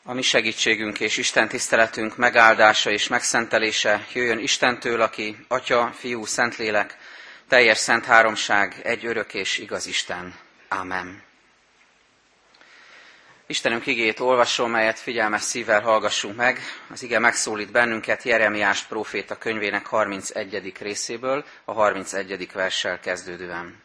A mi segítségünk és Isten tiszteletünk megáldása és megszentelése jöjjön Istentől, aki Atya, Fiú, Szentlélek, teljes szent háromság, egy örök és igaz Isten. Ámen. Istenünk igét olvasom, melyet figyelmes szívvel hallgassunk meg. Az ige megszólít bennünket Jeremiás próféta könyvének 31. részéből, a 31. verssel kezdődően.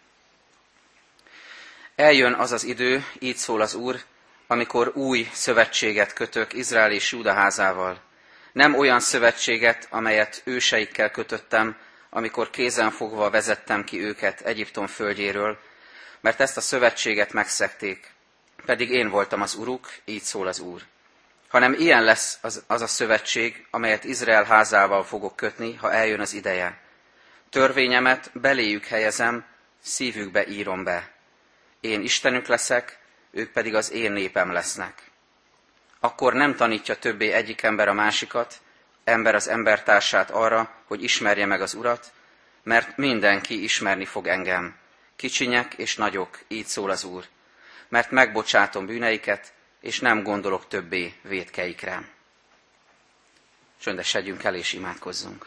Eljön az az idő, így szól az Úr, amikor új szövetséget kötök Izrael és Júda házával. Nem olyan szövetséget, amelyet őseikkel kötöttem, amikor kézenfogva vezettem ki őket Egyiptom földjéről, mert ezt a szövetséget megszegték. Pedig én voltam az Uruk, így szól az Úr. Hanem ilyen lesz az a szövetség, amelyet Izrael házával fogok kötni, ha eljön az ideje. Törvényemet beléjük helyezem, szívükbe írom be. Én Istenük leszek, ők pedig az én népem lesznek. Akkor nem tanítja többé egyik ember a másikat, ember az embertársát arra, hogy ismerje meg az Urat, mert mindenki ismerni fog engem. Kicsinyek és nagyok, így szól az Úr, mert megbocsátom bűneiket, és nem gondolok többé vétkeikre. Csöndesedjünk el és imádkozzunk.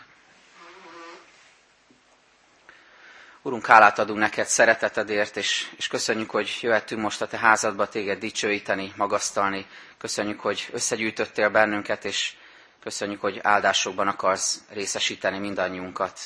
Urunk, hálát adunk neked szeretetedért, és köszönjük, hogy jöhettünk most a te házadba téged dicsőíteni, magasztalni. Köszönjük, hogy összegyűjtöttél bennünket, és köszönjük, hogy áldásokban akarsz részesíteni mindannyiunkat.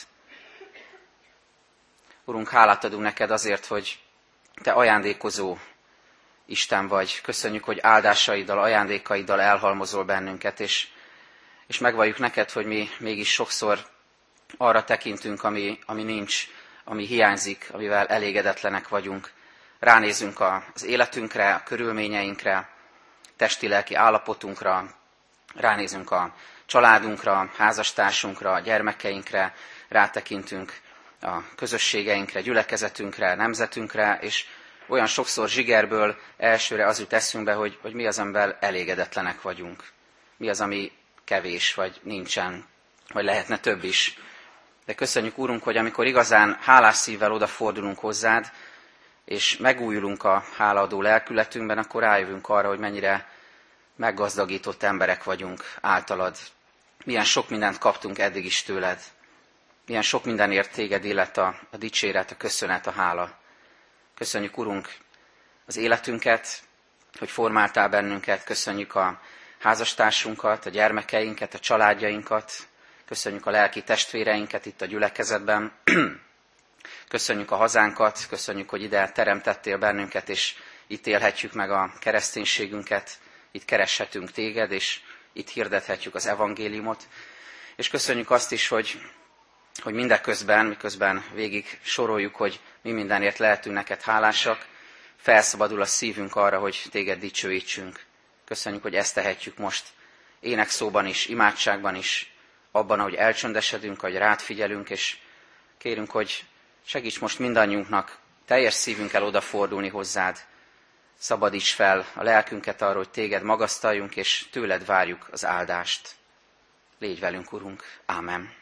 Urunk, hálát adunk neked azért, hogy te ajándékozó Isten vagy. Köszönjük, hogy áldásaiddal, ajándékaiddal elhalmozol bennünket, és megvalljuk neked, hogy mi mégis sokszor arra tekintünk, ami nincs, ami hiányzik, amivel elégedetlenek vagyunk. Ránézünk az életünkre, a körülményeinkre, testi-lelki állapotunkra, ránézünk a családunkra, házastársunkra, gyermekeinkre, rátekintünk a közösségeinkre, gyülekezetünkre, nemzetünkre, és olyan sokszor zsigerből elsőre az jut eszünkbe, hogy mi az, amivel elégedetlenek vagyunk. Mi az, ami kevés, vagy nincsen, vagy lehetne több is. De köszönjük, Úrunk, hogy amikor igazán hálás szívvel odafordulunk hozzád, és megújulunk a hálaadó lelkületünkben, akkor rájövünk arra, hogy mennyire meggazdagított emberek vagyunk általad. Milyen sok mindent kaptunk eddig is tőled. Milyen sok mindenért téged illet a dicséret, a köszönet, a hála. Köszönjük, Urunk, az életünket, hogy formáltál bennünket. Köszönjük a házastársunkat, a gyermekeinket, a családjainkat. Köszönjük a lelki testvéreinket itt a gyülekezetben. Köszönjük a hazánkat, köszönjük, hogy ide teremtettél bennünket, és itt élhetjük meg a kereszténységünket, itt kereshetünk téged, és itt hirdethetjük az evangéliumot. És köszönjük azt is, hogy mindeközben, miközben végig soroljuk, hogy mi mindenért lehetünk neked hálásak, felszabadul a szívünk arra, hogy téged dicsőítsünk. Köszönjük, hogy ezt tehetjük most énekszóban is, imádságban is, abban, ahogy elcsöndesedünk, hogy rád figyelünk, és kérünk, hogy segíts most mindannyiunknak teljes szívünkkel odafordulni hozzád. Szabadíts fel a lelkünket arra, hogy téged magasztaljunk, és tőled várjuk az áldást. Légy velünk, Urunk. Ámen.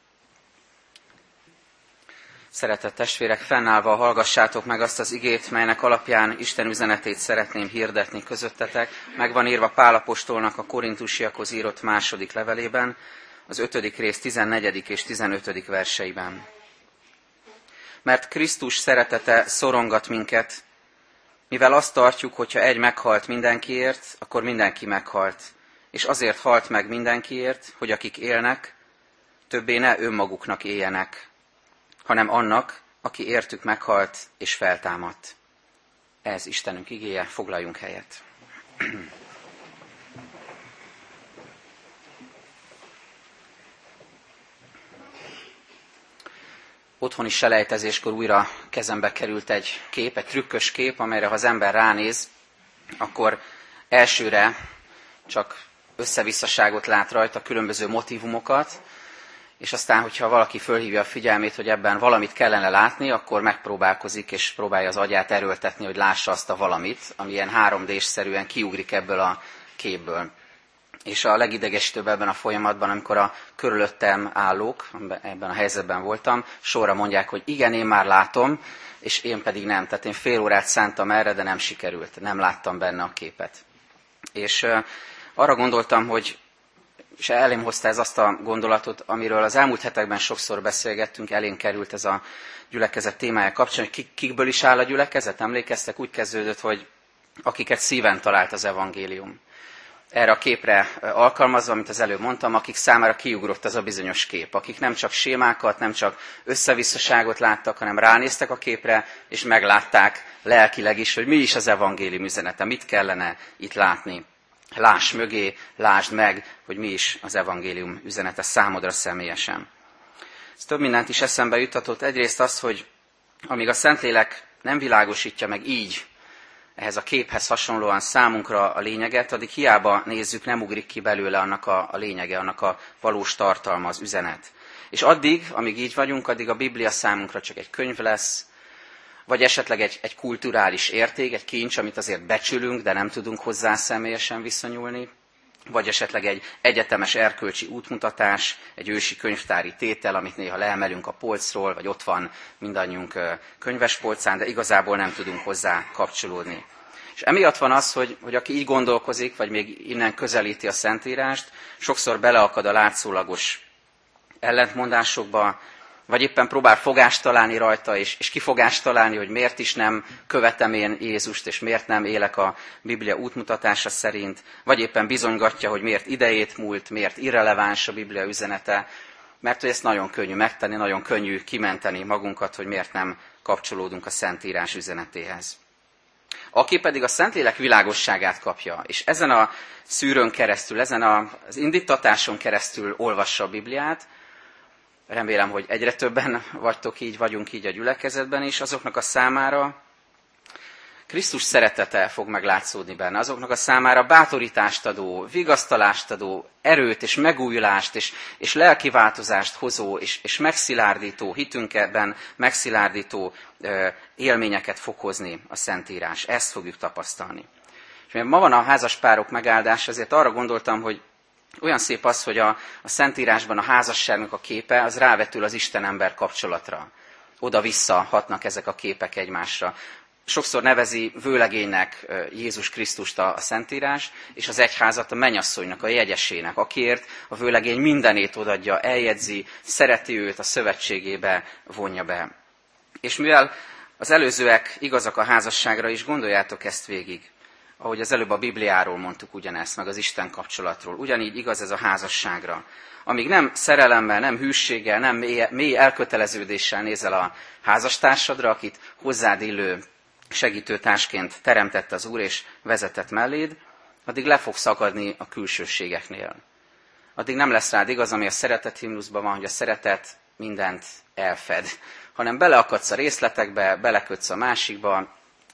Szeretett testvérek, fennállva hallgassátok meg azt az igét, melynek alapján Isten üzenetét szeretném hirdetni közöttetek. Meg van írva Pál apostolnak a Korintusiakhoz írott második levelében, az 5. rész 14. és 15. verseiben. Mert Krisztus szeretete szorongat minket, mivel azt tartjuk, hogyha egy meghalt mindenkiért, akkor mindenki meghalt. És azért halt meg mindenkiért, hogy akik élnek, többé ne önmaguknak éljenek, hanem annak, aki értük meghalt és feltámadt. Ez Istenünk igéje, foglaljunk helyet. Otthoni selejtezéskor újra kezembe került egy kép, egy trükkös kép, amelyre ha az ember ránéz, akkor elsőre csak összevisszaságot lát rajta, különböző motívumokat, és aztán, hogyha valaki fölhívja a figyelmét, hogy ebben valamit kellene látni, akkor megpróbálkozik, és próbálja az agyát erőltetni, hogy lássa azt a valamit, ami ilyen 3D-szerűen kiugrik ebből a képből. És a legidegesítőbb ebben a folyamatban, amikor a körülöttem állók, ebben a helyzetben voltam, sorra mondják, hogy igen, én már látom, és én pedig nem. Tehát én fél órát szántam erre, de nem sikerült, nem láttam benne a képet. És arra gondoltam, hogy és elém hozta ez azt a gondolatot, amiről az elmúlt hetekben sokszor beszélgettünk, elénk került ez a gyülekezet témája kapcsán, hogy kikből is áll a gyülekezet. Emlékeztek? Úgy kezdődött, hogy akiket szíven talált az evangélium. Erre a képre alkalmazva, amit az előbb mondtam, akik számára kiugrott az a bizonyos kép, akik nem csak sémákat, nem csak összevisszaságot láttak, hanem ránéztek a képre, és meglátták lelkileg is, hogy mi is az evangélium üzenete, mit kellene itt látni. Láss mögé, lásd meg, hogy mi is az evangélium üzenete számodra személyesen. Ez több mindent is eszembe juttatott. Egyrészt azt, hogy amíg a Szentlélek nem világosítja meg így, ehhez a képhez hasonlóan számunkra a lényeget, addig hiába nézzük, nem ugrik ki belőle annak a lényege, annak a valós tartalma, az üzenet. És addig, amíg így vagyunk, addig a Biblia számunkra csak egy könyv lesz, vagy esetleg egy kulturális érték, egy kincs, amit azért becsülünk, de nem tudunk hozzá személyesen viszonyulni, vagy esetleg egy egyetemes erkölcsi útmutatás, egy ősi könyvtári tétel, amit néha leemelünk a polcról, vagy ott van mindannyiunk könyvespolcán, de igazából nem tudunk hozzá kapcsolódni. És emiatt van az, hogy aki így gondolkozik, vagy még innen közelíti a Szentírást, sokszor beleakad a látszólagos ellentmondásokba, vagy éppen próbál fogást találni rajta, és kifogást találni, hogy miért is nem követem én Jézust, és miért nem élek a Biblia útmutatása szerint, vagy éppen bizonygatja, hogy miért idejét múlt, miért irreleváns a Biblia üzenete, mert hogy ezt nagyon könnyű megtenni, nagyon könnyű kimenteni magunkat, hogy miért nem kapcsolódunk a Szentírás üzenetéhez. Aki pedig a Szentlélek világosságát kapja, és ezen a szűrőn keresztül, ezen az indítatáson keresztül olvassa a Bibliát, remélem, hogy egyre többen vagyunk így a gyülekezetben is, azoknak a számára Krisztus szeretete fog meglátszódni benne, azoknak a számára bátorítást adó, vigasztalást adó, erőt és megújulást és lelkiváltozást hozó és megszilárdító, hitünkben megszilárdító élményeket fog hozni a Szentírás. Ezt fogjuk tapasztalni. És mivel ma van a házaspárok megáldása, ezért arra gondoltam, hogy olyan szép az, hogy a Szentírásban a házasságnak a képe az rávetül az Isten-ember kapcsolatra. Oda-vissza hatnak ezek a képek egymásra. Sokszor nevezi vőlegénynek Jézus Krisztust a Szentírás, és az egyházat a mennyasszonynak, a jegyesének, akiért a vőlegény mindenét odadja, eljegyzi, szereti őt, a szövetségébe vonja be. És mivel az előzőek igazak a házasságra is, gondoljátok ezt végig. Ahogy az előbb a Bibliáról mondtuk ugyanezt, meg az Isten kapcsolatról. Ugyanígy igaz ez a házasságra. Amíg nem szerelemmel, nem hűséggel, nem mély elköteleződéssel nézel a házastársadra, akit hozzád illő segítőtársként teremtett az Úr és vezetett melléd, addig le fogsz akadni a külsőségeknél. Addig nem lesz rád igaz, ami a szeretet himnuszban van, hogy a szeretet mindent elfed, hanem beleakadsz a részletekbe, belekötsz a másikba,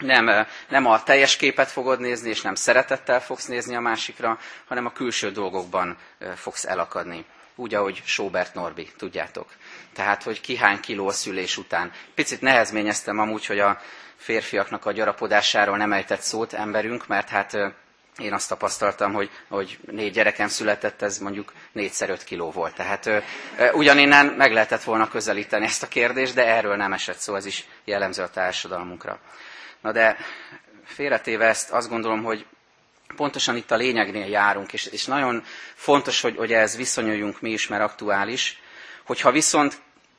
nem a teljes képet fogod nézni, és nem szeretettel fogsz nézni a másikra, hanem a külső dolgokban fogsz elakadni. Úgy, ahogy Sóbert Norbi, tudjátok. Tehát, hogy ki hány kiló a szülés után. Picit nehezményeztem amúgy, hogy a férfiaknak a gyarapodásáról nem ejtett szót emberünk, mert hát én azt tapasztaltam, hogy 4 gyerekem született, ez mondjuk 4x5 kiló volt. Tehát ugyaninnen meg lehetett volna közelíteni ezt a kérdést, de erről nem esett szó, ez is jellemző a társadalmunkra. Na de félretéve ezt, azt gondolom, hogy pontosan itt a lényegnél járunk, és nagyon fontos, hogy ehhez viszonyuljunk mi is, mert aktuális, hogyha viszont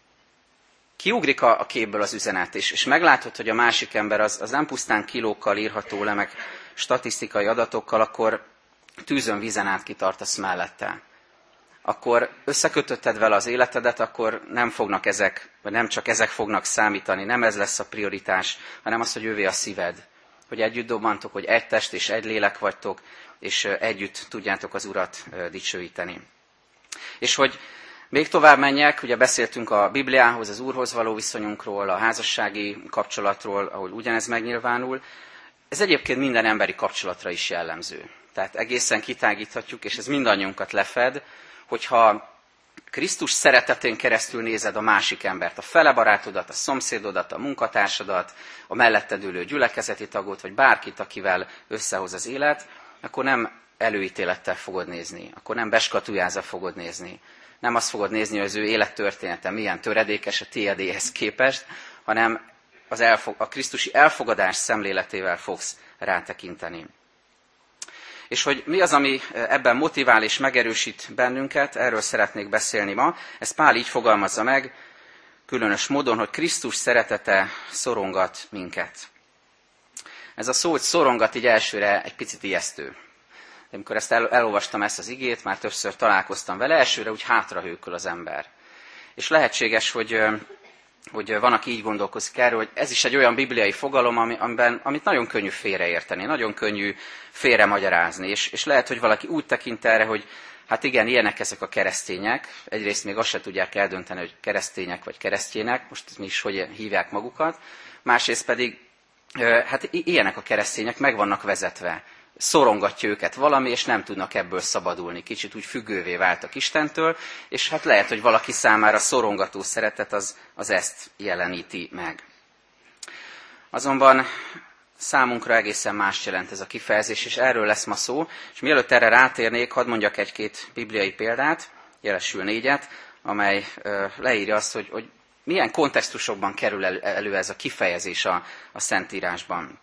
kiugrik a képből az üzenet, és meglátod, hogy a másik ember az nem pusztán kilókkal írható le, meg statisztikai adatokkal, akkor tűzön vízen át kitartasz mellette. Akkor összekötötted vele az életedet, akkor nem fognak ezek, vagy nem csak ezek fognak számítani, nem ez lesz a prioritás, hanem az, hogy ővé a szíved. Hogy együtt dobbantok, hogy egy test és egy lélek vagytok, és együtt tudjátok az Urat dicsőíteni. És hogy még tovább menjek, ugye beszéltünk a Bibliához, az Úrhoz való viszonyunkról, a házassági kapcsolatról, ahol ugyanez megnyilvánul. Ez egyébként minden emberi kapcsolatra is jellemző. Tehát egészen kitágíthatjuk, és ez mindannyiunkat lefed, hogyha Krisztus szeretetén keresztül nézed a másik embert, a felebarátodat, a szomszédodat, a munkatársadat, a melletted ülő gyülekezeti tagot, vagy bárkit, akivel összehoz az élet, akkor nem előítélettel fogod nézni, akkor nem beskatujázva fogod nézni. Nem azt fogod nézni, hogy az ő élettörténete milyen töredékes a tiédéhez képest, hanem a krisztusi elfogadás szemléletével fogsz rátekinteni. És hogy mi az, ami ebben motivál és megerősít bennünket, erről szeretnék beszélni ma. Ezt Pál így fogalmazza meg, különös módon, hogy Krisztus szeretete szorongat minket. Ez a szó, hogy szorongat, így elsőre egy picit ijesztő. De amikor elolvastam ezt az igét, már többször találkoztam vele, elsőre úgy hátrahőköl az ember. És lehetséges, hogy van, aki így gondolkozik erről, hogy ez is egy olyan bibliai fogalom, amit nagyon könnyű félreérteni, nagyon könnyű félremagyarázni. És lehet, hogy valaki úgy tekint erre, hogy hát igen, ilyenek ezek a keresztények. Egyrészt még azt se tudják eldönteni, hogy keresztények vagy keresztjének, most mi is hogy hívják magukat. Másrészt pedig, hát ilyenek a keresztények, meg vannak vezetve. Szorongatja őket valami, és nem tudnak ebből szabadulni. Kicsit úgy függővé váltak Istentől, és hát lehet, hogy valaki számára szorongató szeretet az ezt jeleníti meg. Azonban számunkra egészen más jelent ez a kifejezés, és erről lesz ma szó. És mielőtt erre rátérnék, hadd mondjak egy-két bibliai példát, jelesül 4-et, amely leírja azt, hogy milyen kontextusokban kerül elő ez a kifejezés a Szentírásban.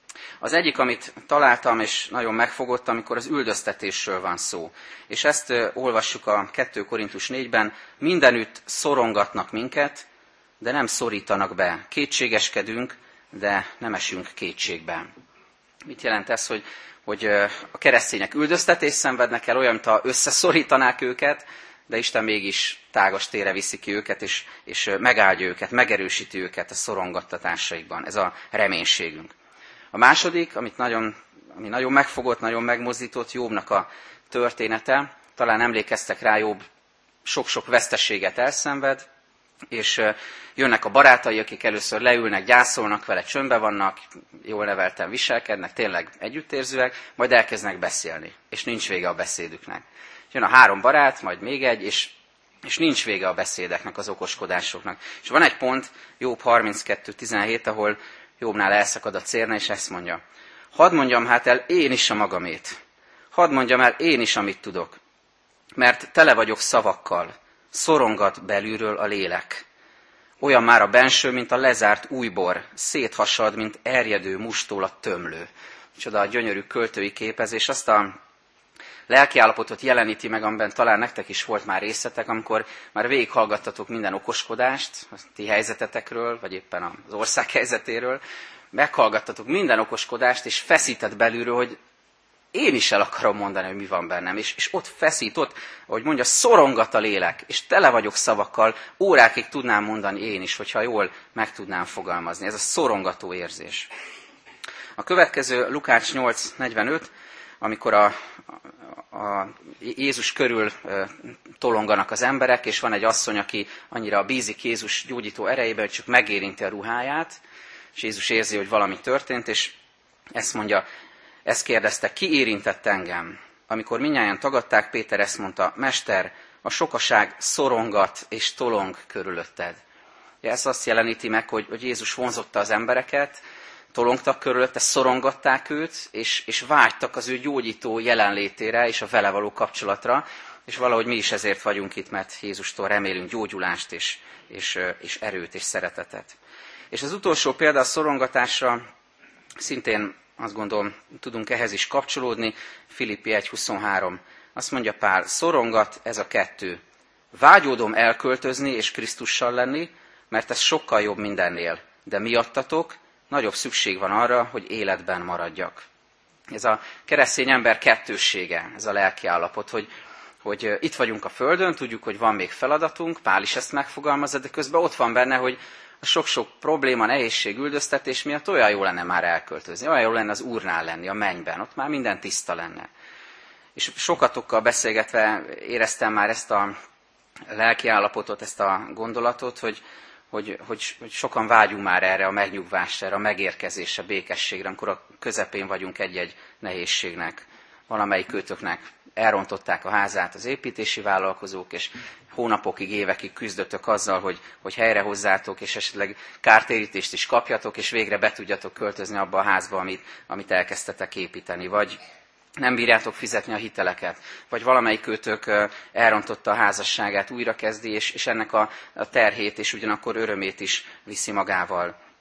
Az egyik, amit találtam, és nagyon megfogott, amikor az üldöztetésről van szó. És ezt olvassuk a 2 Korintus 4-ben, mindenütt szorongatnak minket, de nem szorítanak be. Kétségeskedünk, de nem esünk kétségbe. Mit jelent ez, hogy a keresztények üldöztetést szenvednek el, olyan, mintha összeszorítanák őket, de Isten mégis tágas térre viszi ki őket, és megáldja őket, megerősíti őket a szorongattatásaikban. Ez a reménységünk. A második, ami nagyon megfogott, nagyon megmozdított, Jobbnak a története. Talán emlékeztek rá, Jobb sok-sok veszteséget elszenved, és jönnek a barátai, akik először leülnek, gyászolnak vele, csöndbe vannak, jól nevelten viselkednek, tényleg együttérzőek, majd elkezdenek beszélni, és nincs vége a beszédüknek. Jön a 3 barát, majd még egy, és nincs vége a beszédeknek, az okoskodásoknak. És van egy pont, Jobb 32:17, ahol Jobbnál elszakad a cérna, és ezt mondja. Hadd mondjam hát el én is a magamét. Hadd mondjam el én is, amit tudok. Mert tele vagyok szavakkal. Szorongat belülről a lélek. Olyan már a benső, mint a lezárt új bor. Széthasad, mint erjedő mustól a tömlő. Micsoda a gyönyörű költői képezés. Azt a lelkiállapotot jeleníti meg, amiben talán nektek is volt már részletek, amikor már végighallgattatok minden okoskodást, a ti helyzetetekről, vagy éppen az ország helyzetéről, meghallgattatok minden okoskodást, és feszített belülről, hogy én is el akarom mondani, hogy mi van bennem. És ott feszít, ott, ahogy mondja, szorongat a lélek, és tele vagyok szavakkal, órákig tudnám mondani én is, hogyha jól meg tudnám fogalmazni. Ez a szorongató érzés. A következő Lukács 8:45, amikor a Jézus körül tolonganak az emberek, és van egy asszony, aki annyira bízik Jézus gyógyító erejében, hogy csak megérinti a ruháját, és Jézus érzi, hogy valami történt, és ezt mondja, ezt kérdezte, ki érintett engem? Amikor mindnyájan tagadták, Péter ezt mondta, Mester, a sokaság szorongat és tolong körülötted. Ez azt jeleníti meg, hogy Jézus vonzotta az embereket, tolongtak körülötte, szorongatták őt, és vágytak az ő gyógyító jelenlétére és a vele való kapcsolatra, és valahogy mi is ezért vagyunk itt, mert Jézustól remélünk gyógyulást és erőt és szeretetet. És az utolsó példa a szorongatásra, szintén azt gondolom, tudunk ehhez is kapcsolódni, Filippi 1:23. Azt mondja Pál, szorongat ez a 2. Vágyódom elköltözni és Krisztussal lenni, mert ez sokkal jobb mindennél, de miattatok nagyobb szükség van arra, hogy életben maradjak. Ez a keresztény ember kettőssége, ez a lelki állapot, hogy itt vagyunk a Földön, tudjuk, hogy van még feladatunk, Pál is ezt megfogalmazza, de közben ott van benne, hogy a sok-sok probléma, nehézség, üldöztetés miatt olyan jó lenne már elköltözni, olyan jó lenne az Úrnál lenni, a mennyben, ott már minden tiszta lenne. És sokatokkal beszélgetve éreztem már ezt a lelki állapotot, ezt a gondolatot, hogy sokan vágyunk már erre a megnyugvásra, erre a megérkezésre, békességre, amikor a közepén vagyunk egy-egy nehézségnek. Valamelyik őtöknek elrontották a házát az építési vállalkozók, és hónapokig, évekig küzdöttök azzal, hogy helyrehozzátok, és esetleg kártérítést is kapjatok, és végre be tudjatok költözni abba a házba, amit elkezdtetek építeni. Vagy nem bírjátok fizetni a hiteleket, vagy valamelyik őtök elrontotta a házasságát, újrakezdi, és ennek a terhét és ugyanakkor örömét is viszi magával.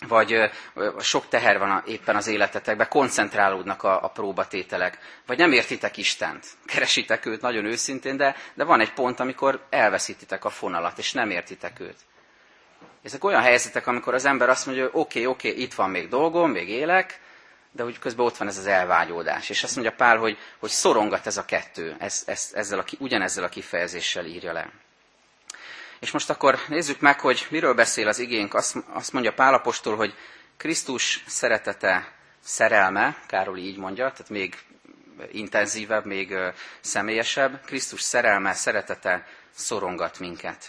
vagy sok teher van éppen az életetekben, koncentrálódnak a próbatételek, vagy nem értitek Istent, keresitek őt nagyon őszintén, de van egy pont, amikor elveszítitek a fonalat, és nem értitek őt. Ezek olyan helyzetek, amikor az ember azt mondja, hogy oké, itt van még dolgom, még élek, de úgy közben ott van ez az elvágyódás. És azt mondja Pál, hogy szorongat ez a kettő, ugyanezzel a kifejezéssel írja le. És most akkor nézzük meg, hogy miről beszél az igénk. Azt mondja Pál apostol, hogy Krisztus szeretete, szerelme, Károly így mondja, tehát még intenzívebb, még személyesebb. Krisztus szerelme, szeretete szorongat minket.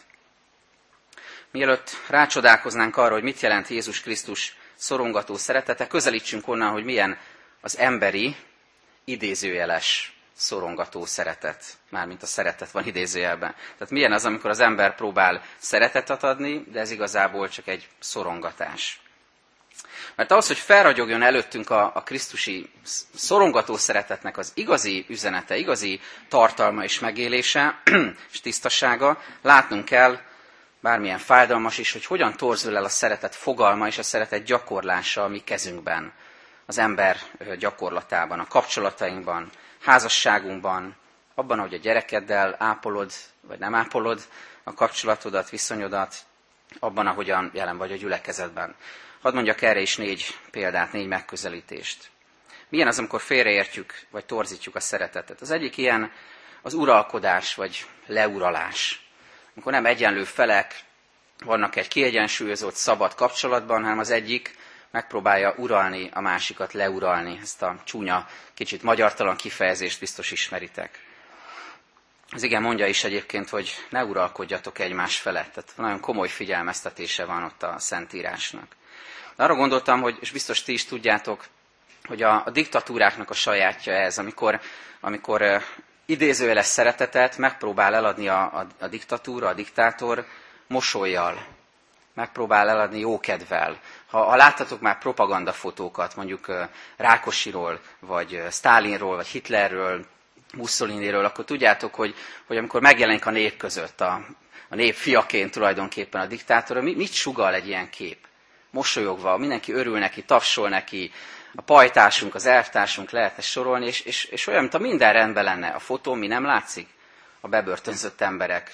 Mielőtt rácsodálkoznánk arra, hogy mit jelent Jézus Krisztus szorongató szeretete, közelítsünk onnan, hogy milyen az emberi, idézőjeles szorongató szeretet. Mármint a szeretet van idézőjelben. Tehát milyen az, amikor az ember próbál szeretetet adni, de ez igazából csak egy szorongatás. Mert ahhoz, hogy felragyogjon előttünk a krisztusi szorongató szeretetnek az igazi üzenete, igazi tartalma és megélése és tisztasága, látnunk kell, bármilyen fájdalmas is, hogy hogyan torzul el a szeretet fogalma és a szeretet gyakorlása a mi kezünkben, az ember gyakorlatában, a kapcsolatainkban, házasságunkban, abban, hogy a gyerekeddel ápolod, vagy nem ápolod a kapcsolatodat, viszonyodat, abban, ahogyan jelen vagy a gyülekezetben. Hadd mondjak erre is 4 példát, 4 megközelítést. Milyen az, amikor félreértjük, vagy torzítjuk a szeretetet? Az egyik ilyen az uralkodás, vagy leuralás. Amikor nem egyenlő felek vannak egy kiegyensúlyozott, szabad kapcsolatban, hanem az egyik megpróbálja uralni a másikat, leuralni. Ezt a csúnya, kicsit magyartalan kifejezést biztos ismeritek. Az ige mondja is egyébként, hogy ne uralkodjatok egymás felett. Tehát nagyon komoly figyelmeztetése van ott a Szentírásnak. De arra gondoltam, hogy, és biztos ti is tudjátok, hogy a diktatúráknak a sajátja ez, amikor idézőjeles szeretetet megpróbál eladni a diktatúra, a diktátor mosollyal, megpróbál eladni jókedvel. Ha láttatok már propagandafotókat, mondjuk Rákosiról, vagy Sztálinról, vagy Hitlerről, Mussoliniről, akkor tudjátok, hogy amikor megjelenik a nép között, a nép fiaként tulajdonképpen a diktátor, mit sugall egy ilyen kép? Mosolyogva, mindenki örül neki, tapsol neki, a pajtásunk, az elvtársunk lehetne sorolni, és olyan, mintha minden rendben lenne. A fotón mi nem látszik? A bebörtönzött emberek,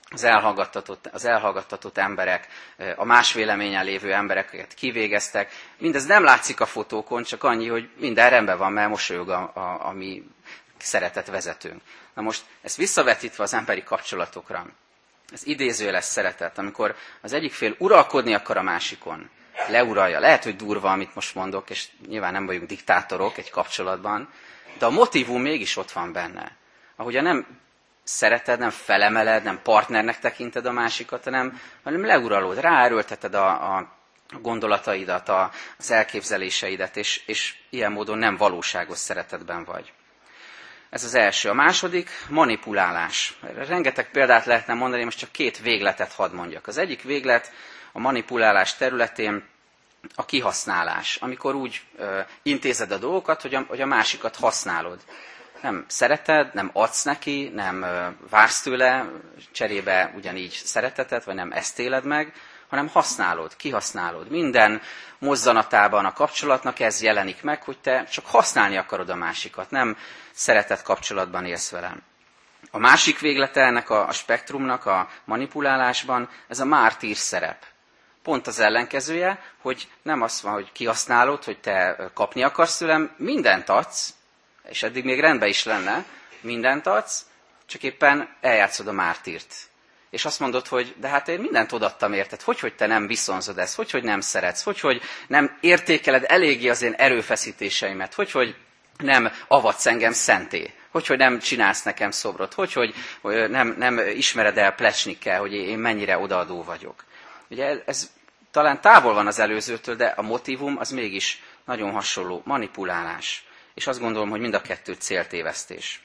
az elhallgattatott emberek, a más véleményen lévő embereket kivégeztek. Mindez nem látszik a fotókon, csak annyi, hogy minden rendben van, mert mosolyog a mi szeretett vezetőnk. Na most ezt visszavetítve az emberi kapcsolatokra, ez idézőjeles szeretet, amikor az egyik fél uralkodni akar a másikon, leuralja. Lehet, hogy durva, amit most mondok, és nyilván nem vagyunk diktátorok egy kapcsolatban, de a motívum mégis ott van benne. Ahogyan nem szereted, nem felemeled, nem partnernek tekinted a másikat, hanem leuralod, ráerőlteted a gondolataidat, az elképzeléseidet, és ilyen módon nem valóságos szeretetben vagy. Ez az első. A második, manipulálás. Rengeteg példát lehetne mondani, most csak 2 végletet hadd mondjak. Az egyik véglet a manipulálás területén a kihasználás. Amikor úgy intézed a dolgokat, hogy a másikat használod. Nem szereted, nem adsz neki, nem vársz tőle, cserébe ugyanígy szeretetet, vagy nem ezt éled meg, hanem használod, kihasználod. Minden mozzanatában a kapcsolatnak ez jelenik meg, hogy te csak használni akarod a másikat, nem szeretett kapcsolatban élsz velem. A másik véglete ennek a spektrumnak, a manipulálásban, ez a mártír szerep. Pont az ellenkezője, hogy nem azt van, hogy kihasználod, hogy te kapni akarsz tőlem, mindent adsz, és eddig még rendben is lenne, mindent adsz, csak éppen eljátszod a mártírt. És azt mondod, hogy de hát én mindent odaadtam érted, hogy te nem viszonzod ezt, hogy nem szeretsz, hogy nem értékeled eléggé az én erőfeszítéseimet, hogy nem avatsz engem szenté, hogy nem csinálsz nekem szobrot, hogy nem ismered el Plecsnikkel, hogy én mennyire odaadó vagyok. Ugye ez talán távol van az előzőtől, de a motívum az mégis nagyon hasonló, manipulálás. És azt gondolom, hogy mind a kettő céltévesztés.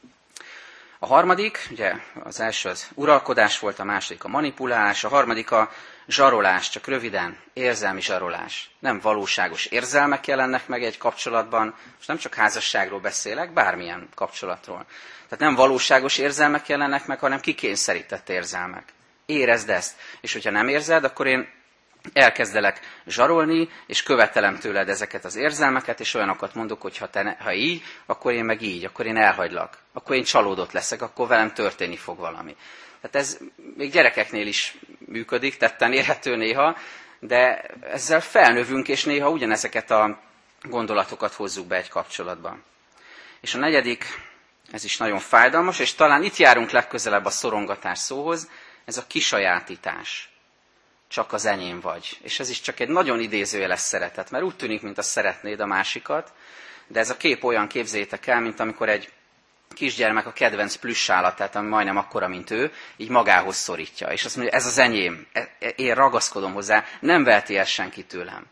A harmadik, ugye az első az uralkodás volt, a második a manipulálás, a harmadik a zsarolás, csak röviden, érzelmi zsarolás. Nem valóságos érzelmek jelennek meg egy kapcsolatban, most nem csak házasságról beszélek, bármilyen kapcsolatról. Tehát nem valóságos érzelmek jelennek meg, hanem kikényszerített érzelmek. Érezd ezt. És hogyha nem érzed, akkor én elkezdelek zsarolni, és követelem tőled ezeket az érzelmeket, és olyanokat mondok, hogy ha így, akkor én meg így, akkor én elhagylak, akkor én csalódott leszek, akkor velem történni fog valami. Tehát ez még gyerekeknél is működik, tetten érhető néha, de ezzel felnövünk, és néha ugyanezeket a gondolatokat hozzuk be egy kapcsolatba. És a negyedik, ez is nagyon fájdalmas, és talán itt járunk legközelebb a szorongatás szóhoz, ez a kisajátítás. Csak az enyém vagy. És ez is csak egy nagyon idézőjeles szeretet, mert úgy tűnik, mint azt szeretnéd a másikat, de ez a kép olyan, képzeljétek el, mint amikor egy kisgyermek a kedvenc plüssállatát, ami majdnem akkora, mint ő, így magához szorítja. És azt mondja, ez az enyém, én ragaszkodom hozzá, nem veheti el senki tőlem.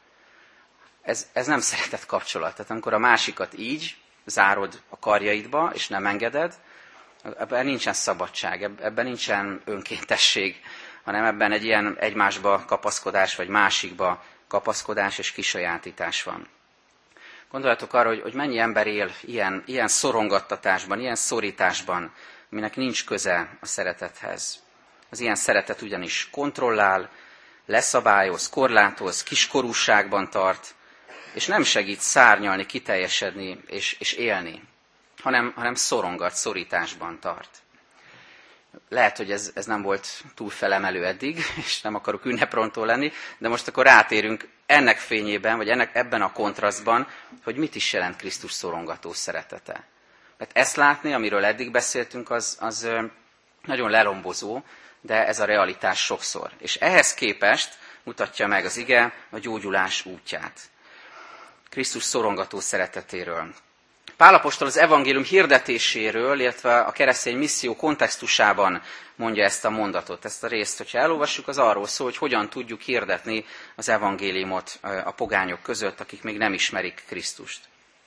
Ez nem szeretett kapcsolat. Tehát amikor a másikat így zárod a karjaidba, és nem engeded, ebben nincsen szabadság, ebben nincsen önkéntesség, hanem ebben egy ilyen egymásba kapaszkodás, vagy másikba kapaszkodás és kisajátítás van. Gondoljatok arra, hogy mennyi ember él ilyen szorongattatásban, ilyen szorításban, aminek nincs köze a szeretethez. Az ilyen szeretet ugyanis kontrollál, leszabályoz, korlátoz, kiskorúságban tart, és nem segít szárnyalni, kiteljesedni és élni, hanem szorongat, szorításban tart. Lehet, hogy ez nem volt túl felemelő eddig, és nem akarok ünneprontó lenni, de most akkor rátérünk ennek fényében, vagy ebben a kontrasztban, hogy mit is jelent Krisztus szorongató szeretete. Mert ezt látni, amiről eddig beszéltünk, az nagyon lelombozó, de ez a realitás sokszor. És ehhez képest mutatja meg az ige a gyógyulás útját. Krisztus szorongató szeretetéről. Pál apostol az evangélium hirdetéséről, illetve a keresztény misszió kontextusában mondja ezt a mondatot, ezt a részt. Hogyha elolvassuk, az arról szól, hogy hogyan tudjuk hirdetni az evangéliumot a pogányok között, akik még nem ismerik Krisztust.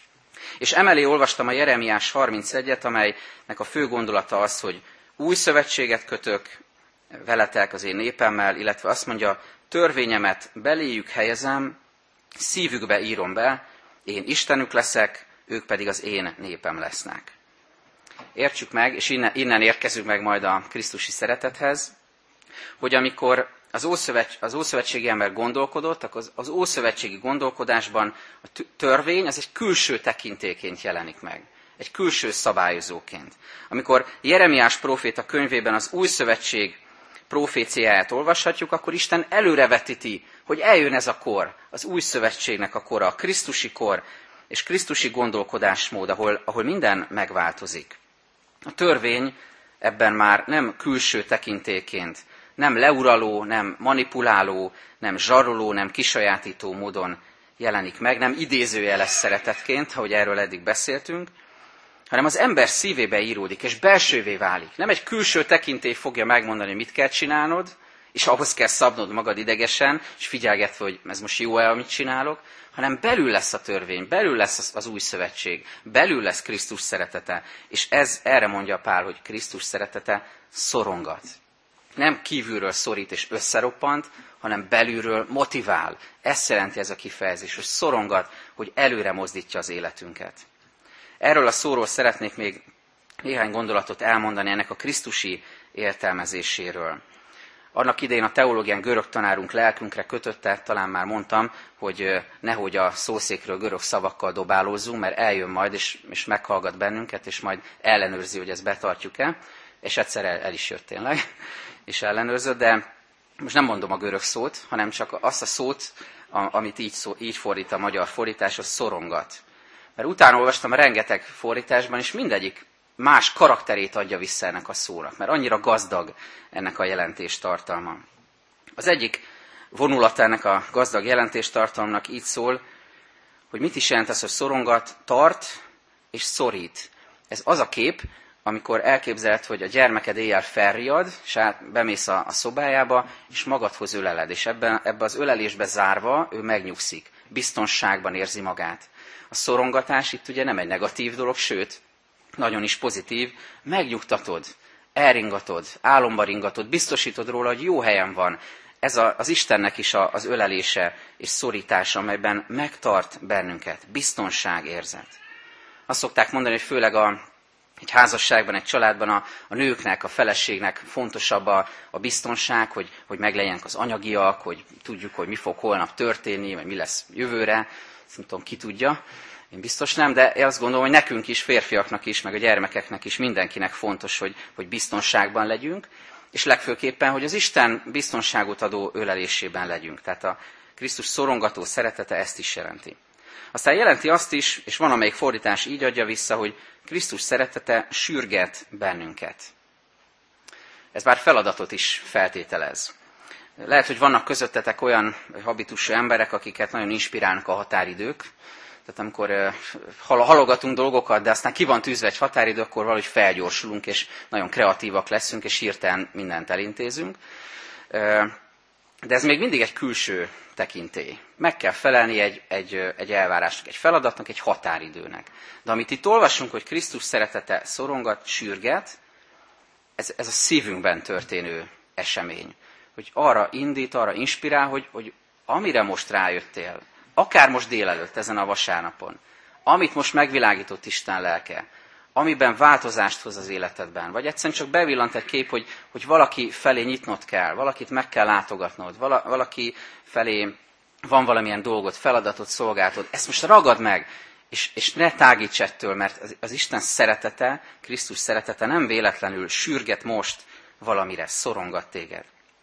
És emellé olvastam a Jeremiás 31-et, amelynek a fő gondolata az, hogy új szövetséget kötök veletek, az én népemmel, illetve azt mondja, törvényemet beléjük helyezem, szívükbe írom be, én Istenük leszek, ők pedig az én népem lesznek. Értsük meg, és innen érkezünk meg majd a krisztusi szeretethez, hogy amikor az ószövetségi ember gondolkodott, akkor az ószövetségi gondolkodásban a törvény az egy külső tekintélyként jelenik meg. Egy külső szabályozóként. Amikor Jeremiás próféta könyvében az új szövetség proféciáját olvashatjuk, akkor Isten előrevetíti, hogy eljön ez a kor, az új szövetségnek a kora, a krisztusi kor, és krisztusi gondolkodásmód, ahol minden megváltozik. A törvény ebben már nem külső tekintélyként, nem leuraló, nem manipuláló, nem zsaroló, nem kisajátító módon jelenik meg, nem idézőjeles szeretetként, ahogy erről eddig beszéltünk, hanem az ember szívébe íródik, és belsővé válik. Nem egy külső tekintély fogja megmondani, hogy mit kell csinálnod, és ahhoz kell szabnod magad idegesen, és figyelgetve, hogy ez most jó-e, amit csinálok, hanem belül lesz a törvény, belül lesz az új szövetség, belül lesz Krisztus szeretete. És erre mondja Pál, hogy Krisztus szeretete szorongat. Nem kívülről szorít és összeroppant, hanem belülről motivál. Ezt jelenti ez a kifejezés, hogy szorongat, hogy előre mozdítja az életünket. Erről a szóról szeretnék még néhány gondolatot elmondani ennek a krisztusi értelmezéséről. Annak idején a teológián görög tanárunk lelkünkre kötötte, talán már mondtam, hogy nehogy a szószékről görög szavakkal dobálózzunk, mert eljön majd, és meghallgat bennünket, és majd ellenőrzi, hogy ezt betartjuk-e. És egyszer el is jött tényleg, és ellenőrzött, de most nem mondom a görög szót, hanem csak azt a szót, amit így fordít a magyar fordítás, az szorongat. Mert utána olvastam rengeteg fordításban, és mindegyik más karakterét adja vissza ennek a szónak, mert annyira gazdag ennek a jelentéstartalma. Az egyik vonulata ennek a gazdag jelentéstartalomnak így szól, hogy mit is jelent az, hogy szorongat, tart és szorít. Ez az a kép, amikor elképzeled, hogy a gyermeked éjjel felriad, és bemész a szobájába, és magadhoz öleled, és ebbe az ölelésbe zárva ő megnyugszik, biztonságban érzi magát. A szorongatás itt ugye nem egy negatív dolog, sőt, nagyon is pozitív, megnyugtatod, elringatod, álomba ringatod, biztosítod róla, hogy jó helyen van. Ez az Istennek is az ölelése és szorítása, amelyben megtart bennünket, biztonságérzet. Azt szokták mondani, hogy főleg egy házasságban, egy családban a nőknek, a feleségnek fontosabb a biztonság, hogy meglegyenek az anyagiak, hogy tudjuk, hogy mi fog holnap történni, vagy mi lesz jövőre. Ezt nem tudom, ki tudja, én biztos nem, de én azt gondolom, hogy nekünk is, férfiaknak is, meg a gyermekeknek is, mindenkinek fontos, hogy biztonságban legyünk, és legfőképpen, hogy az Isten biztonságot adó ölelésében legyünk. Tehát a Krisztus szorongató szeretete ezt is jelenti. Aztán jelenti azt is, és van amelyik fordítás így adja vissza, hogy Krisztus szeretete sürget bennünket. Ez már feladatot is feltételez. Lehet, hogy vannak közöttetek olyan habitusú emberek, akiket nagyon inspirálnak a határidők. Tehát amikor halogatunk dolgokat, de aztán ki van tűzve egy határidő, akkor valahogy felgyorsulunk, és nagyon kreatívak leszünk, és hirtelen mindent elintézünk. De ez még mindig egy külső tekintély. Meg kell felelni egy elvárásnak, egy feladatnak, egy határidőnek. De amit itt olvasunk, hogy Krisztus szeretete szorongat, sürget, ez a szívünkben történő esemény. Hogy arra indít, arra inspirál, hogy amire most rájöttél, akár most délelőtt, ezen a vasárnapon, amit most megvilágított Isten lelke, amiben változást hoz az életedben, vagy egyszerűen csak bevillant egy kép, hogy valaki felé nyitnod kell, valakit meg kell látogatnod, valaki felé van valamilyen dolgot, feladatot, szolgáltod, ezt most ragad meg, és ne tágíts ettől, mert az Isten szeretete, Krisztus szeretete nem véletlenül sürget most valamire, szorongat téged.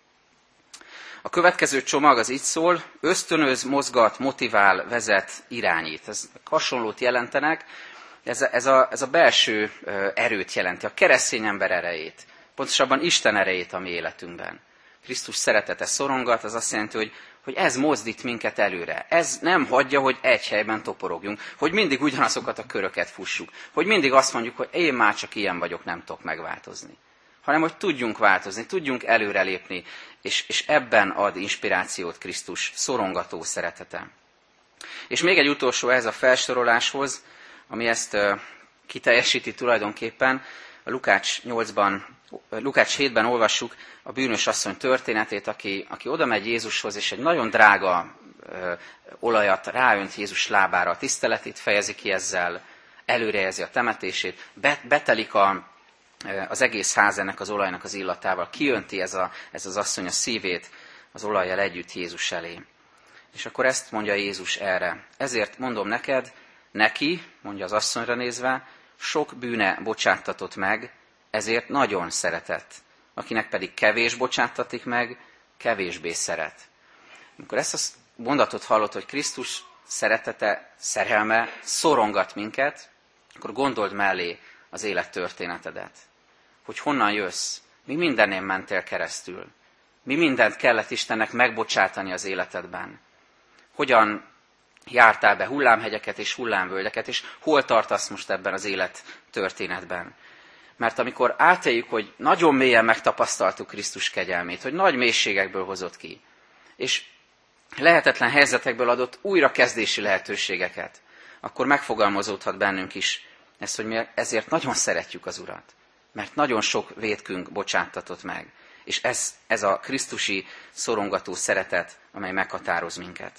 A következő csomag az így szól, ösztönöz, mozgat, motivál, vezet, irányít. Ez hasonlót jelentenek, ez a belső erőt jelenti, a keresztény ember erejét, pontosabban Isten erejét a mi életünkben. Krisztus szeretete szorongat, az azt jelenti, hogy ez mozdít minket előre. Ez nem hagyja, hogy egy helyben toporogjunk, hogy mindig ugyanazokat a köröket fussuk, hogy mindig azt mondjuk, hogy én már csak ilyen vagyok, nem tudok megváltozni. Hanem, hogy tudjunk változni, tudjunk előrelépni, és ebben ad inspirációt Krisztus szorongató szeretete. És még egy utolsó ez a felsoroláshoz, ami ezt kiteljesíti tulajdonképpen. A Lukács 7-ben olvassuk a bűnös asszony történetét, aki oda megy Jézushoz, és egy nagyon drága olajat ráönt Jézus lábára, a tiszteletét fejezi ki ezzel, előrejezi a temetését, betelik az egész ház ennek az olajnak az illatával, kiönti ez az asszony a szívét az olajjal együtt Jézus elé. És akkor ezt mondja Jézus erre. Ezért mondom neked, neki, mondja az asszonyra nézve, sok bűne bocsáttatott meg, ezért nagyon szeretett. Akinek pedig kevés bocsáttatik meg, kevésbé szeret. Amikor ezt a mondatot hallott, hogy Krisztus szeretete, szerelme szorongat minket, akkor gondold mellé az élettörténetedet. Hogy honnan jössz, mi mindenén mentél keresztül, mi mindent kellett Istennek megbocsátani az életedben. Hogyan jártál be hullámhegyeket és hullámvölgyeket, és hol tartasz most ebben az élettörténetben. Mert amikor átéljük, hogy nagyon mélyen megtapasztaltuk Krisztus kegyelmét, hogy nagy mélységekből hozott ki, és lehetetlen helyzetekből adott újrakezdési lehetőségeket, akkor megfogalmazódhat bennünk is ezt, hogy mi ezért nagyon szeretjük az Urat. Mert nagyon sok vétkünk bocsáttatott meg. És ez a krisztusi szorongató szeretet, amely meghatároz minket.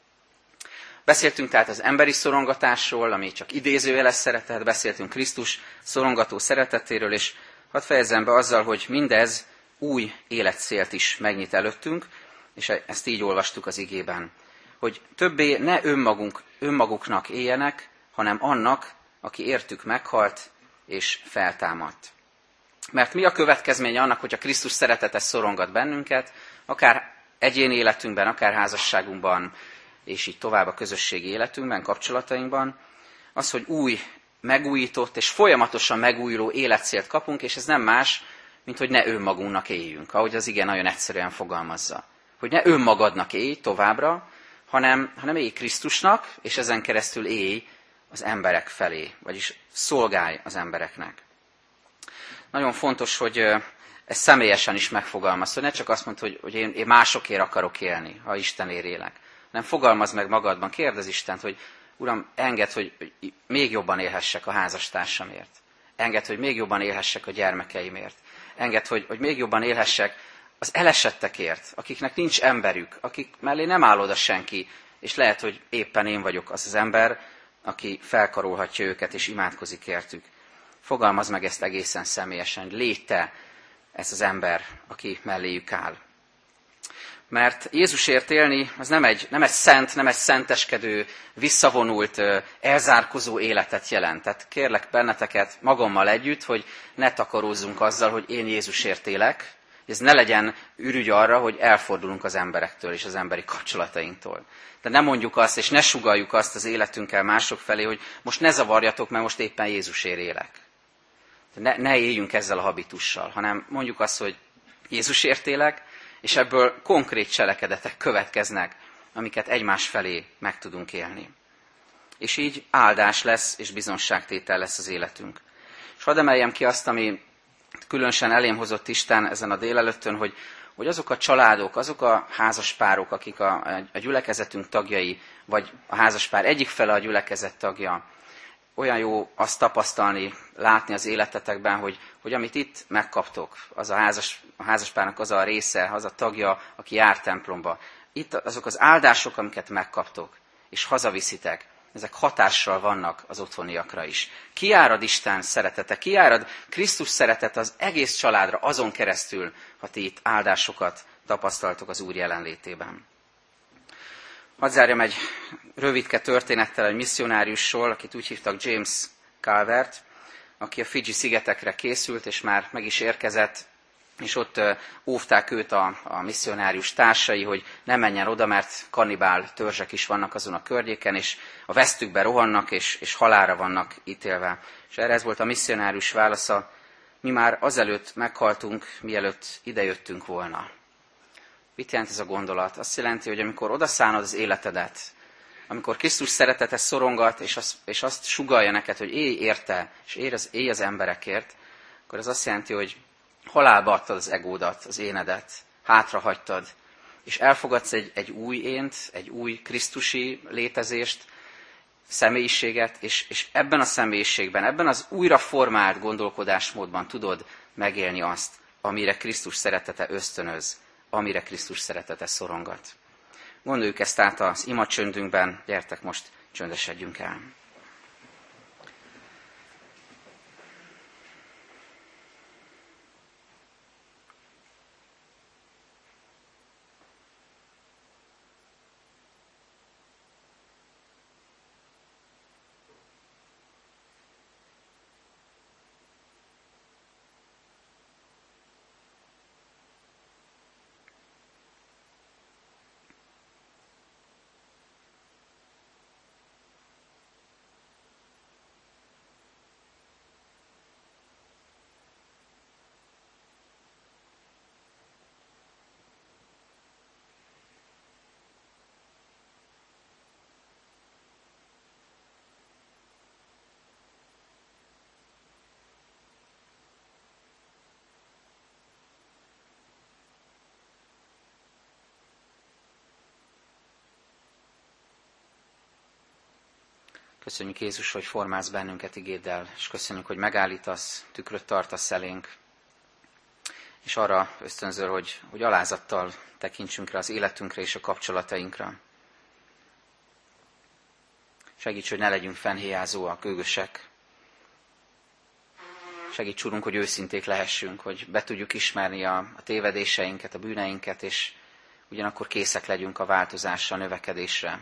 Beszéltünk tehát az emberi szorongatásról, ami csak idézőjeles szeretet, beszéltünk Krisztus szorongató szeretetéről, és hadd fejezzem be azzal, hogy mindez új életcélt is megnyit előttünk, és ezt így olvastuk az igében, hogy többé ne önmaguknak éljenek, hanem annak, aki értük meghalt és feltámadt. Mert mi a következménye annak, hogy a Krisztus szeretete szorongat bennünket, akár egyéni életünkben, akár házasságunkban, és így tovább a közösségi életünkben, kapcsolatainkban, az, hogy új, megújított és folyamatosan megújuló életcélt kapunk, és ez nem más, mint hogy ne önmagunknak éljünk, ahogy az ige nagyon egyszerűen fogalmazza. Hogy ne önmagadnak élj továbbra, hanem élj Krisztusnak, és ezen keresztül élj az emberek felé, vagyis szolgálj az embereknek. Nagyon fontos, hogy ezt személyesen is megfogalmazd, hogy ne csak azt mondd, hogy én másokért akarok élni, ha Istenért élek, hanem fogalmazd meg magadban, kérdezz Istent, hogy Uram, engedd, hogy még jobban élhessek a házastársamért. Engedd, hogy még jobban élhessek a gyermekeimért. Engedd, hogy még jobban élhessek az elesettekért, akiknek nincs emberük, akik mellé nem áll oda senki, és lehet, hogy éppen én vagyok az az ember, aki felkarolhatja őket és imádkozik értük. Fogalmazd meg ezt egészen személyesen, légy te ez az ember, aki melléjük áll. Mert Jézusért élni, az nem egy szent, nem egy szenteskedő, visszavonult, elzárkozó életet jelent. Tehát kérlek benneteket magammal együtt, hogy ne takarózzunk azzal, hogy én Jézusért élek, ez ne legyen ürügy arra, hogy elfordulunk az emberektől és az emberi kapcsolatainktól. De ne mondjuk azt, és ne sugalljuk azt az életünkkel mások felé, hogy most ne zavarjatok, mert most éppen Jézusért élek. Ne éljünk ezzel a habitussal, hanem mondjuk azt, hogy Jézusért élek, és ebből konkrét cselekedetek következnek, amiket egymás felé meg tudunk élni. És így áldás lesz, és bizonságtétel lesz az életünk. És hadd emeljem ki azt, ami különösen elém hozott Isten ezen a délelőttön, hogy azok a családok, azok a házaspárok, akik a gyülekezetünk tagjai, vagy a házaspár egyik fele a gyülekezet tagja, olyan jó azt tapasztalni, látni az életetekben, hogy amit itt megkaptok, az a házaspárnak az a része, az a tagja, aki jár templomba. Itt azok az áldások, amiket megkaptok, és hazaviszitek, ezek hatással vannak az otthoniakra is. Kiárad Isten szeretete, kiárad Krisztus szeretete az egész családra azon keresztül, ha ti itt áldásokat tapasztaltok az Úr jelenlétében. Hadd zárjam egy rövidke történettel egy misszionáriusról, akit úgy hívtak James Calvert, aki a Fidzsi szigetekre készült, és már meg is érkezett, és ott óvták őt a misszionárius társai, hogy ne menjen oda, mert kannibál törzsek is vannak azon a környéken, és a vesztükbe rohannak, és halálra vannak ítélve. És erre ez volt a misszionárius válasza: mi már azelőtt meghaltunk, mielőtt idejöttünk volna. Mit jelent ez a gondolat? Azt jelenti, hogy amikor odaszánod az életedet, amikor Krisztus szeretete szorongat, és azt sugallja neked, hogy élj érte, és élj az emberekért, akkor ez azt jelenti, hogy halálba adtad az egódat, az énedet, hátrahagytad, és elfogadsz egy új ént, egy új krisztusi létezést, személyiséget, és ebben a személyiségben, ebben az újra formált gondolkodásmódban tudod megélni azt, amire Krisztus szeretete ösztönöz, amire Krisztus szeretete szorongat. Gondoljuk ezt át az imacsöndünkben, gyertek most csöndesedjünk el. Köszönjük, Jézus, hogy formálsz bennünket igéddel, és köszönjük, hogy megállítasz, tükröt tartasz elénk, és arra ösztönzöl, hogy alázattal tekintsünk rá az életünkre és a kapcsolatainkra. Segíts, hogy ne legyünk fennhéjázóak, gőgösek. Segíts, Urunk, hogy őszinték lehessünk, hogy be tudjuk ismerni a tévedéseinket, a bűneinket, és ugyanakkor készek legyünk a változásra, a növekedésre.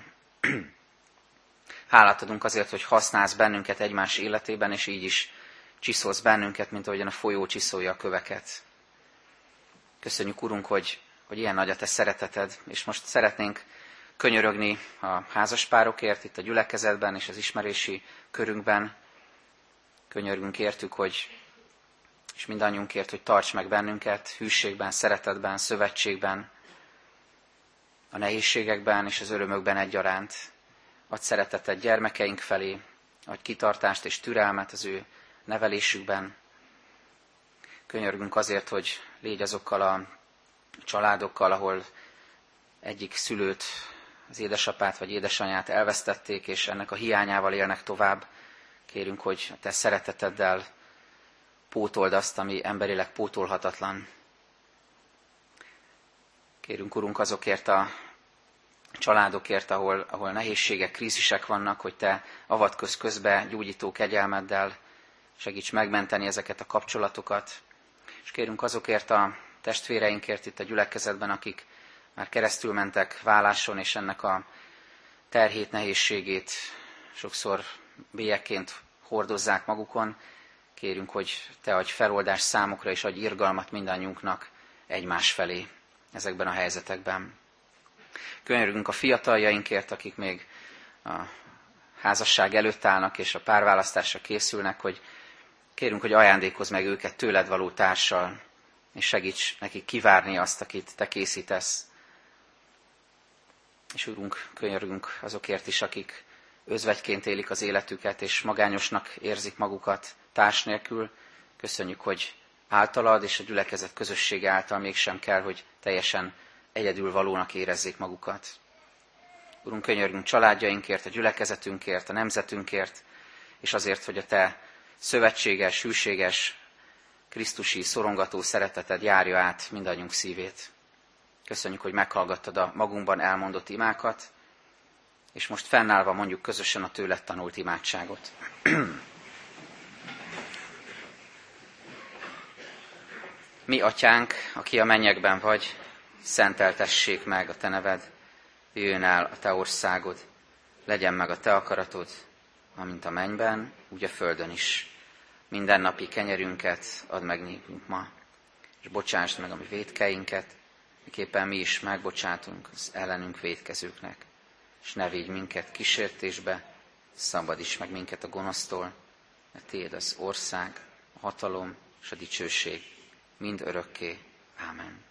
Hálát adunk azért, hogy használsz bennünket egymás életében, és így is csiszolsz bennünket, mint ahogyan a folyó csiszolja a köveket. Köszönjük, Urunk, hogy ilyen nagy a te szereteted, és most szeretnénk könyörögni a házaspárokért, itt a gyülekezetben és az ismerési körünkben. Könyörgünk értük, és mindannyiunkért, hogy tarts meg bennünket hűségben, szeretetben, szövetségben, a nehézségekben és az örömökben egyaránt. Adj szeretetet gyermekeink felé, adj kitartást és türelmet az ő nevelésükben. Könyörgünk azért, hogy légy azokkal a családokkal, ahol egyik szülőt, az édesapát vagy édesanyát elvesztették, és ennek a hiányával élnek tovább. Kérünk, hogy a te szereteteddel pótold azt, ami emberileg pótolhatatlan. Kérünk, Urunk, azokért a családokért, ahol nehézségek, krízisek vannak, hogy te avatkozz közbe gyógyító kegyelmeddel, segíts megmenteni ezeket a kapcsolatokat, és kérünk azokért a testvéreinkért itt a gyülekezetben, akik már keresztül mentek váláson, és ennek a terhét, nehézségét sokszor bélyegként hordozzák magukon. Kérünk, hogy Te adj feloldást számukra, és adj irgalmat mindannyiunknak egymás felé ezekben a helyzetekben. Könyörgünk a fiataljainkért, akik még a házasság előtt állnak, és a párválasztásra készülnek, hogy kérünk, hogy ajándékozz meg őket tőled való társal, és segíts nekik kivárni azt, akit Te készítesz. És Urunk, könyörgünk azokért is, akik özvegyként élik az életüket, és magányosnak érzik magukat társ nélkül. Köszönjük, hogy általad és a gyülekezet közössége által mégsem kell, hogy teljesen egyedülvalónak érezzék magukat. Urunk, könyörgünk családjainkért, a gyülekezetünkért, a nemzetünkért, és azért, hogy a Te szövetséges, hűséges, krisztusi, szorongató szereteted járja át mindannyiunk szívét. Köszönjük, hogy meghallgattad a magunkban elmondott imákat, és most fennállva mondjuk közösen a tőled tanult imádságot. Mi, Atyánk, aki a mennyekben vagy, szenteltessék meg a Te neved, jöjjön el a Te országod, legyen meg a Te akaratod, amint a mennyben, úgy a földön is. Mindennapi kenyerünket add meg nékünk ma, és bocsásd meg a mi vétkeinket, miképpen mi is megbocsátunk az ellenünk vétkezőknek, és ne védj minket kísértésbe, szabadíts meg minket a gonosztól, mert Tiéd az ország, a hatalom és a dicsőség mind örökké. Ámen.